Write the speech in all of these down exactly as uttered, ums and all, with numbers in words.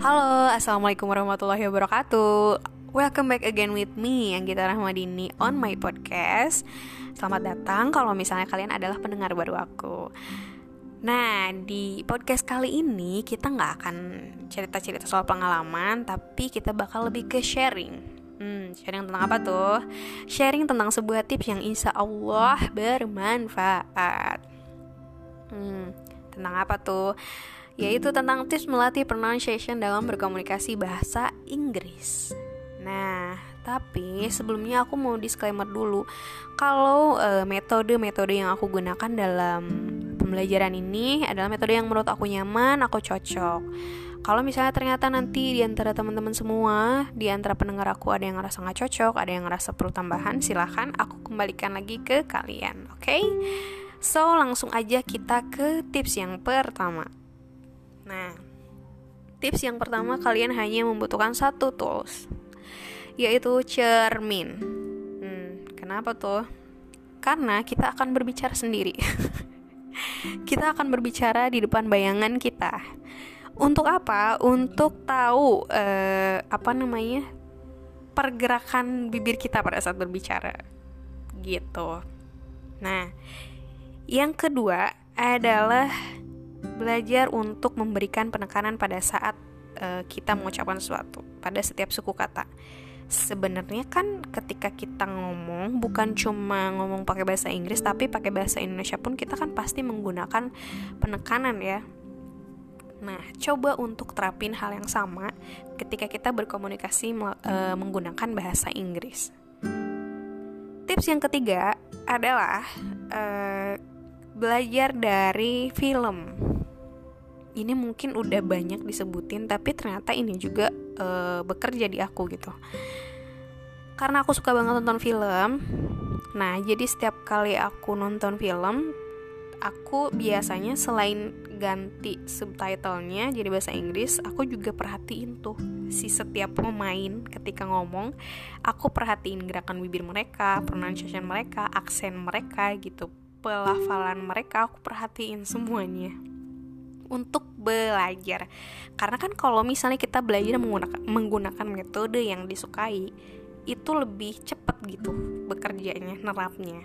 Halo, Assalamualaikum warahmatullahi wabarakatuh. Welcome back again with me, Anggita Rahmadini on my podcast. Selamat datang kalau misalnya kalian adalah pendengar baru aku. Nah, di podcast kali ini kita gak akan cerita-cerita soal pengalaman, tapi kita bakal lebih ke sharing. Hmm, sharing tentang apa tuh? Sharing tentang sebuah tips yang insya Allah bermanfaat. Hmm, tentang apa tuh? Yaitu tentang tips melatih pronunciation dalam berkomunikasi bahasa Inggris. Nah, tapi sebelumnya aku mau disclaimer dulu. Kalau uh, metode-metode yang aku gunakan dalam pembelajaran ini adalah metode yang menurut aku nyaman, aku cocok. Kalau misalnya ternyata nanti di antara teman-teman semua, di antara pendengar aku ada yang ngerasa gak cocok, ada yang ngerasa perlu tambahan, silahkan aku kembalikan lagi ke kalian, oke? Okay? So, langsung aja kita ke tips yang pertama. Nah, tips yang pertama, kalian hanya membutuhkan satu tools, yaitu cermin. Hmm, kenapa tuh? Karena kita akan berbicara sendiri. Kita akan berbicara di depan bayangan kita. Untuk apa? Untuk tahu eh, apa namanya pergerakan bibir kita pada saat berbicara, gitu. Nah, yang kedua adalah belajar untuk memberikan penekanan pada saat uh, kita mengucapkan sesuatu, pada setiap suku kata. Sebenarnya kan ketika kita ngomong, bukan cuma ngomong pakai bahasa Inggris, tapi pakai bahasa Indonesia pun kita kan pasti menggunakan penekanan ya. Nah, coba untuk terapin hal yang sama ketika kita berkomunikasi uh, menggunakan bahasa Inggris. Tips yang ketiga adalah uh, belajar dari film. Ini mungkin udah banyak disebutin, tapi ternyata ini juga e, bekerja di aku gitu. Karena aku suka banget nonton film. Nah, jadi setiap kali aku nonton film, aku biasanya selain ganti subtitlenya jadi bahasa Inggris, aku juga perhatiin tuh si setiap pemain ketika ngomong. Aku perhatiin gerakan bibir mereka, pronunciation mereka, aksen mereka gitu, pelafalan mereka, aku perhatiin semuanya untuk belajar. Karena kan kalau misalnya kita belajar menggunakan, menggunakan metode yang disukai, itu lebih cepat gitu bekerjanya, nerapnya.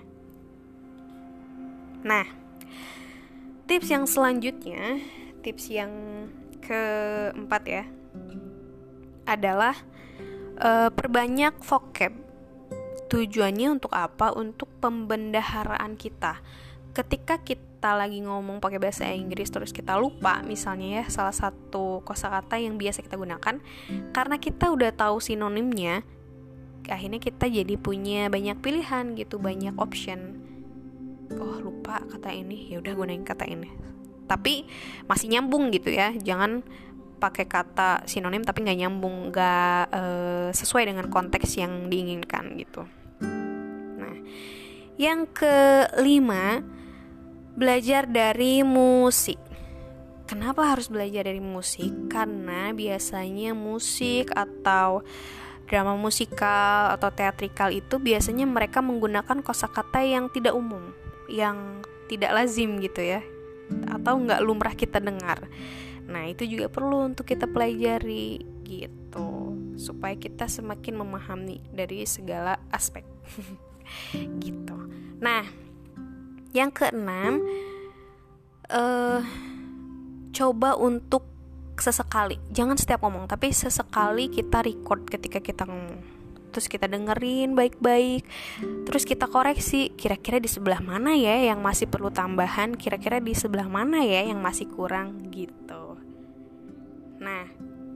Nah, tips yang selanjutnya, tips yang keempat ya, adalah uh, perbanyak vocab. Tujuannya untuk apa? Untuk pembendaharaan kita. Ketika kita lagi ngomong pakai bahasa Inggris terus kita lupa misalnya ya salah satu kosakata yang biasa kita gunakan, karena kita udah tahu sinonimnya, akhirnya kita jadi punya banyak pilihan gitu, banyak option. Oh, lupa kata ini, ya udah gunain kata ini. Tapi masih nyambung gitu ya. Jangan pakai kata sinonim tapi nggak nyambung, nggak e, sesuai dengan konteks yang diinginkan gitu. Nah, yang kelima, belajar dari musik. Kenapa harus belajar dari musik? Karena biasanya musik atau drama musikal atau teatrikal itu biasanya mereka menggunakan kosakata yang tidak umum, yang tidak lazim gitu ya, atau nggak lumrah kita dengar. Nah, itu juga perlu untuk kita pelajari gitu, supaya kita semakin memahami dari segala aspek. Gitu. Nah, yang keenam, uh, coba untuk sesekali, jangan setiap ngomong, tapi sesekali kita record ketika kita ngomong. Terus kita dengerin baik-baik, terus kita koreksi, kira-kira di sebelah mana ya yang masih perlu tambahan, kira-kira di sebelah mana ya yang masih kurang gitu. Nah,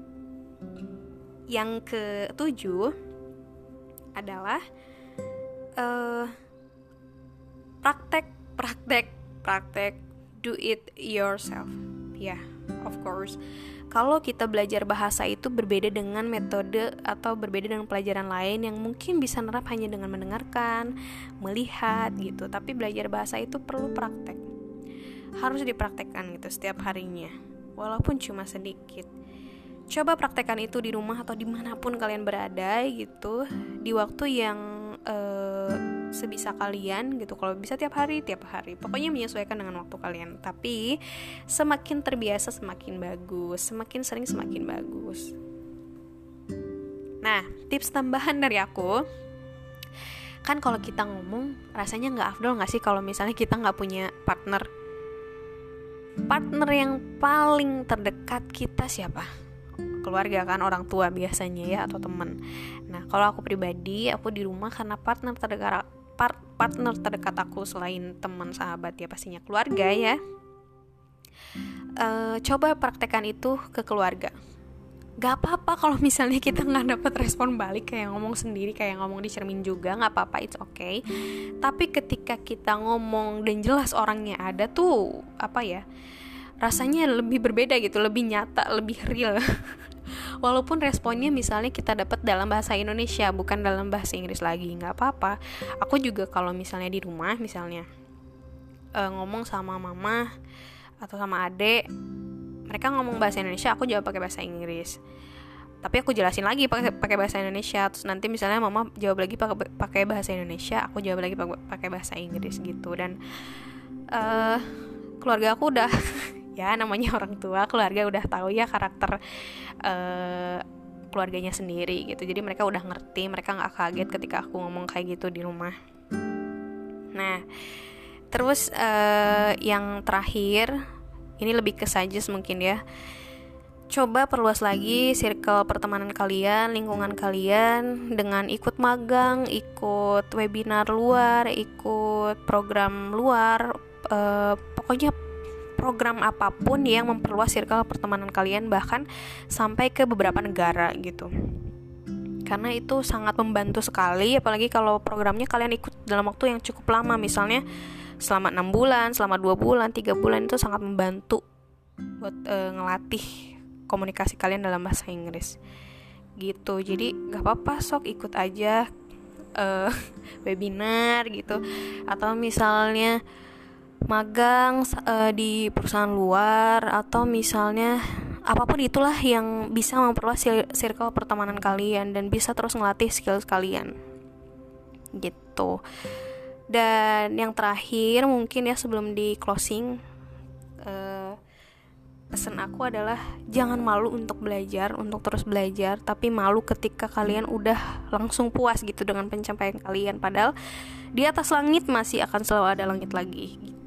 yang ketujuh adalah uh, praktek praktek praktek do it yourself ya, yeah, of course. Kalau kita belajar bahasa itu berbeda dengan metode atau berbeda dengan pelajaran lain yang mungkin bisa nerap hanya dengan mendengarkan, melihat gitu. Tapi belajar bahasa itu perlu praktek, harus dipraktekkan gitu setiap harinya, walaupun cuma sedikit. Coba praktekkan itu di rumah atau dimanapun kalian berada gitu, di waktu yang uh, sebisa kalian gitu. Kalau bisa tiap hari, tiap hari. Pokoknya menyesuaikan dengan waktu kalian. Tapi semakin terbiasa semakin bagus, semakin sering semakin bagus. Nah, tips tambahan dari aku, kan kalau kita ngomong rasanya nggak afdol nggak sih kalau misalnya kita nggak punya partner. Partner yang paling terdekat kita siapa? Keluarga kan, orang tua biasanya ya, atau teman. Nah, kalau aku pribadi, aku di rumah karena partner terdekat part, partner terdekat aku selain teman, sahabat, ya pastinya keluarga ya. E, coba praktekkan itu ke keluarga. Gak apa-apa kalau misalnya kita nggak dapat respon balik, kayak ngomong sendiri, kayak ngomong di cermin juga, nggak apa-apa, it's okay. Tapi ketika kita ngomong dan jelas orangnya ada tuh, apa ya, rasanya lebih berbeda gitu, lebih nyata, lebih real. Walaupun responnya misalnya kita dapat dalam bahasa Indonesia, bukan dalam bahasa Inggris lagi, nggak apa-apa. Aku juga kalau misalnya di rumah, misalnya uh, ngomong sama mama atau sama adek, mereka ngomong bahasa Indonesia, aku jawab pakai bahasa Inggris. Tapi aku jelasin lagi pakai pakai bahasa Indonesia. Terus nanti misalnya mama jawab lagi pakai pakai bahasa Indonesia, aku jawab lagi pakai bahasa Inggris gitu. Dan uh, keluarga aku udah ya namanya orang tua, keluarga udah tahu ya karakter uh, keluarganya sendiri gitu. Jadi mereka udah ngerti, mereka nggak kaget ketika aku ngomong kayak gitu di rumah. Nah, terus uh, yang terakhir, ini lebih ke suggest mungkin ya. Coba perluas lagi circle pertemanan kalian, lingkungan kalian dengan ikut magang, ikut webinar luar, ikut program luar, uh, pokoknya program apapun yang memperluas circle pertemanan kalian, bahkan sampai ke beberapa negara gitu. Karena itu sangat membantu sekali, apalagi kalau programnya kalian ikut dalam waktu yang cukup lama, misalnya selama enam bulan, selama dua bulan, tiga bulan, itu sangat membantu buat e, ngelatih komunikasi kalian dalam bahasa Inggris gitu. Jadi gak apa-apa, sok ikut aja e, webinar gitu, atau misalnya magang uh, di perusahaan luar, atau misalnya apapun itulah yang bisa memperluas circle pertemanan kalian dan bisa terus ngelatih skill kalian gitu. Dan yang terakhir mungkin ya sebelum di closing, uh, pesan aku adalah jangan malu untuk belajar, untuk terus belajar, tapi malu ketika kalian udah langsung puas gitu dengan pencapaian kalian, padahal di atas langit masih akan selalu ada langit lagi gitu.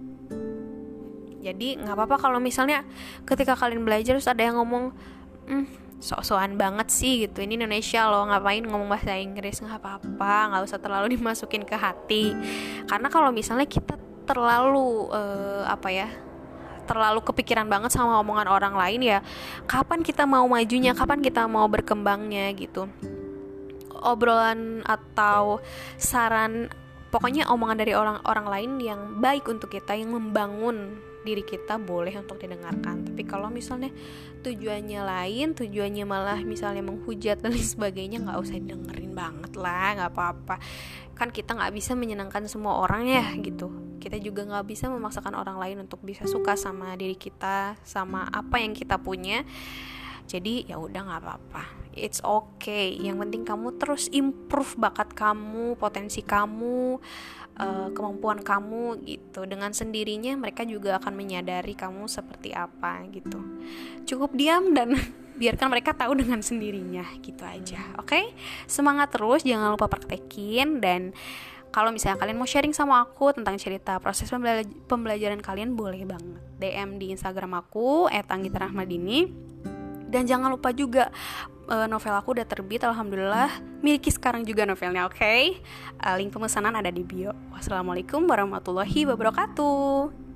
Jadi gak apa-apa kalau misalnya ketika kalian belajar terus ada yang ngomong, hmm, sok-sokan banget sih gitu, ini Indonesia loh, ngapain ngomong bahasa Inggris. Gak apa-apa, gak usah terlalu dimasukin ke hati. Karena kalau misalnya kita terlalu uh, Apa ya terlalu kepikiran banget sama omongan orang lain, ya kapan kita mau majunya, kapan kita mau berkembangnya gitu. Obrolan atau saran, pokoknya omongan dari orang-orang lain yang baik untuk kita, yang membangun diri kita, boleh untuk didengarkan. Tapi kalau misalnya tujuannya lain, tujuannya malah misalnya menghujat dan lain sebagainya, gak usah didengerin banget lah, gak apa-apa. Kan kita gak bisa menyenangkan semua orang ya gitu. Kita juga gak bisa memaksakan orang lain untuk bisa suka sama diri kita, sama apa yang kita punya. Jadi ya udah nggak apa-apa, it's okay. Yang penting kamu terus improve bakat kamu, potensi kamu, uh, kemampuan kamu gitu. Dengan sendirinya mereka juga akan menyadari kamu seperti apa gitu. Cukup diam dan biarkan mereka tahu dengan sendirinya gitu aja. Oke, okay? Semangat terus, jangan lupa praktekin. Dan kalau misalnya kalian mau sharing sama aku tentang cerita proses pembela- pembelajaran kalian, boleh banget D M di Instagram aku et anggita rahmadini. Dan jangan lupa juga novel aku udah terbit, alhamdulillah. Miliki sekarang juga novelnya, oke? Okay? Link pemesanan ada di bio. Wassalamualaikum warahmatullahi wabarakatuh.